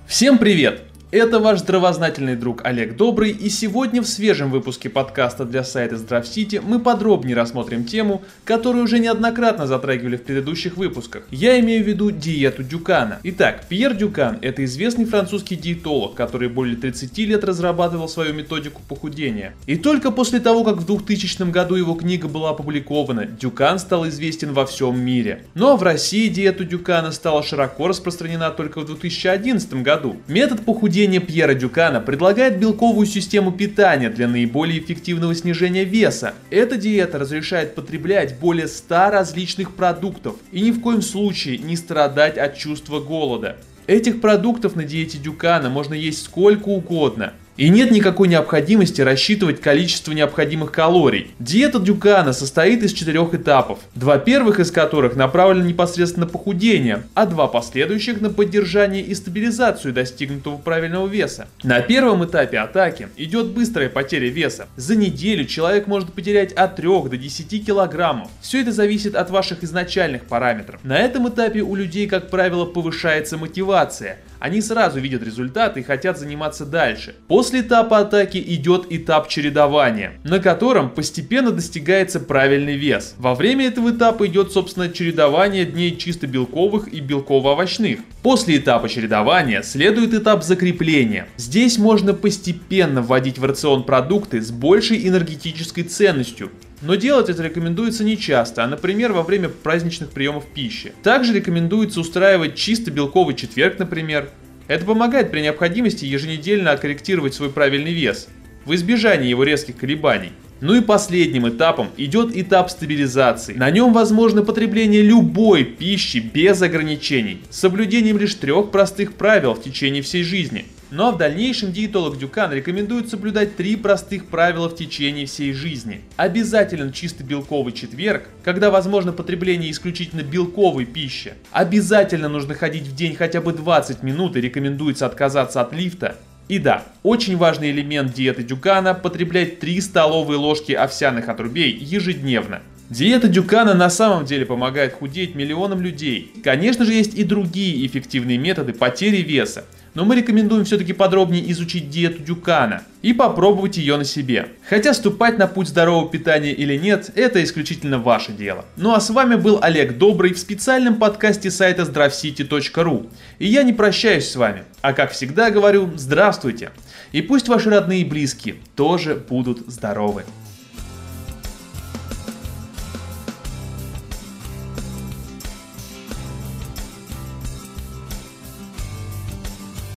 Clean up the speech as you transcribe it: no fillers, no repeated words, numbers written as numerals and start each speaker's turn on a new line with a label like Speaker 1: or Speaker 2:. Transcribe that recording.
Speaker 1: Всем привет! Это ваш здравознательный друг Олег Добрый, и сегодня в свежем выпуске подкаста для сайта Здравсити мы подробнее рассмотрим тему, которую уже неоднократно затрагивали в предыдущих выпусках. Я имею в виду диету Дюкана. Итак, Пьер Дюкан – это известный французский диетолог, который более 30 лет разрабатывал свою методику похудения. И только после того, как в 2000 году его книга была опубликована, Дюкан стал известен во всем мире. Ну а в России диета Дюкана стала широко распространена только в 2011 году. Метод похудения Пьера Дюкана предлагает белковую систему питания для наиболее эффективного снижения веса. Эта диета разрешает потреблять более 100 различных продуктов и ни в коем случае не страдать от чувства голода. Этих продуктов на диете Дюкана можно есть сколько угодно. И нет никакой необходимости рассчитывать количество необходимых калорий. Диета Дюкана состоит из 4 этапов, 2 первых из которых направлены непосредственно на похудение, а 2 последующих на поддержание и стабилизацию достигнутого правильного веса. На первом этапе атаки идет быстрая потеря веса. За неделю человек может потерять от 3 до 10 килограммов. Все это зависит от ваших изначальных параметров. На этом этапе у людей, как правило, повышается мотивация. Они сразу видят результаты и хотят заниматься дальше. После этапа атаки идет этап чередования, на котором постепенно достигается правильный вес. Во время этого этапа идет, собственно, чередование дней чисто белковых и белково-овощных. После этапа чередования следует этап закрепления. Здесь можно постепенно вводить в рацион продукты с большей энергетической ценностью. Но делать это рекомендуется не часто, а, например, во время праздничных приемов пищи. Также рекомендуется устраивать чисто белковый четверг, например. Это помогает при необходимости еженедельно корректировать свой правильный вес, в избежание его резких колебаний. Ну и последним этапом идет этап стабилизации. На нем возможно потребление любой пищи без ограничений, с соблюдением лишь 3 простых правил в течение всей жизни. Ну а в дальнейшем диетолог Дюкан рекомендует соблюдать 3 простых правила в течение всей жизни. Обязателен чисто белковый четверг, когда возможно потребление исключительно белковой пищи. Обязательно нужно ходить в день хотя бы 20 минут и рекомендуется отказаться от лифта. И да, очень важный элемент диеты Дюкана – потреблять 3 столовые ложки овсяных отрубей ежедневно. Диета Дюкана на самом деле помогает худеть миллионам людей. Конечно же, есть и другие эффективные методы потери веса, но мы рекомендуем все-таки подробнее изучить диету Дюкана и попробовать ее на себе. Хотя ступать на путь здорового питания или нет, это исключительно ваше дело. Ну а с вами был Олег Добрый в специальном подкасте сайта zdravsiti.ru. И я не прощаюсь с вами, а как всегда говорю, здравствуйте. И пусть ваши родные и близкие тоже будут здоровы.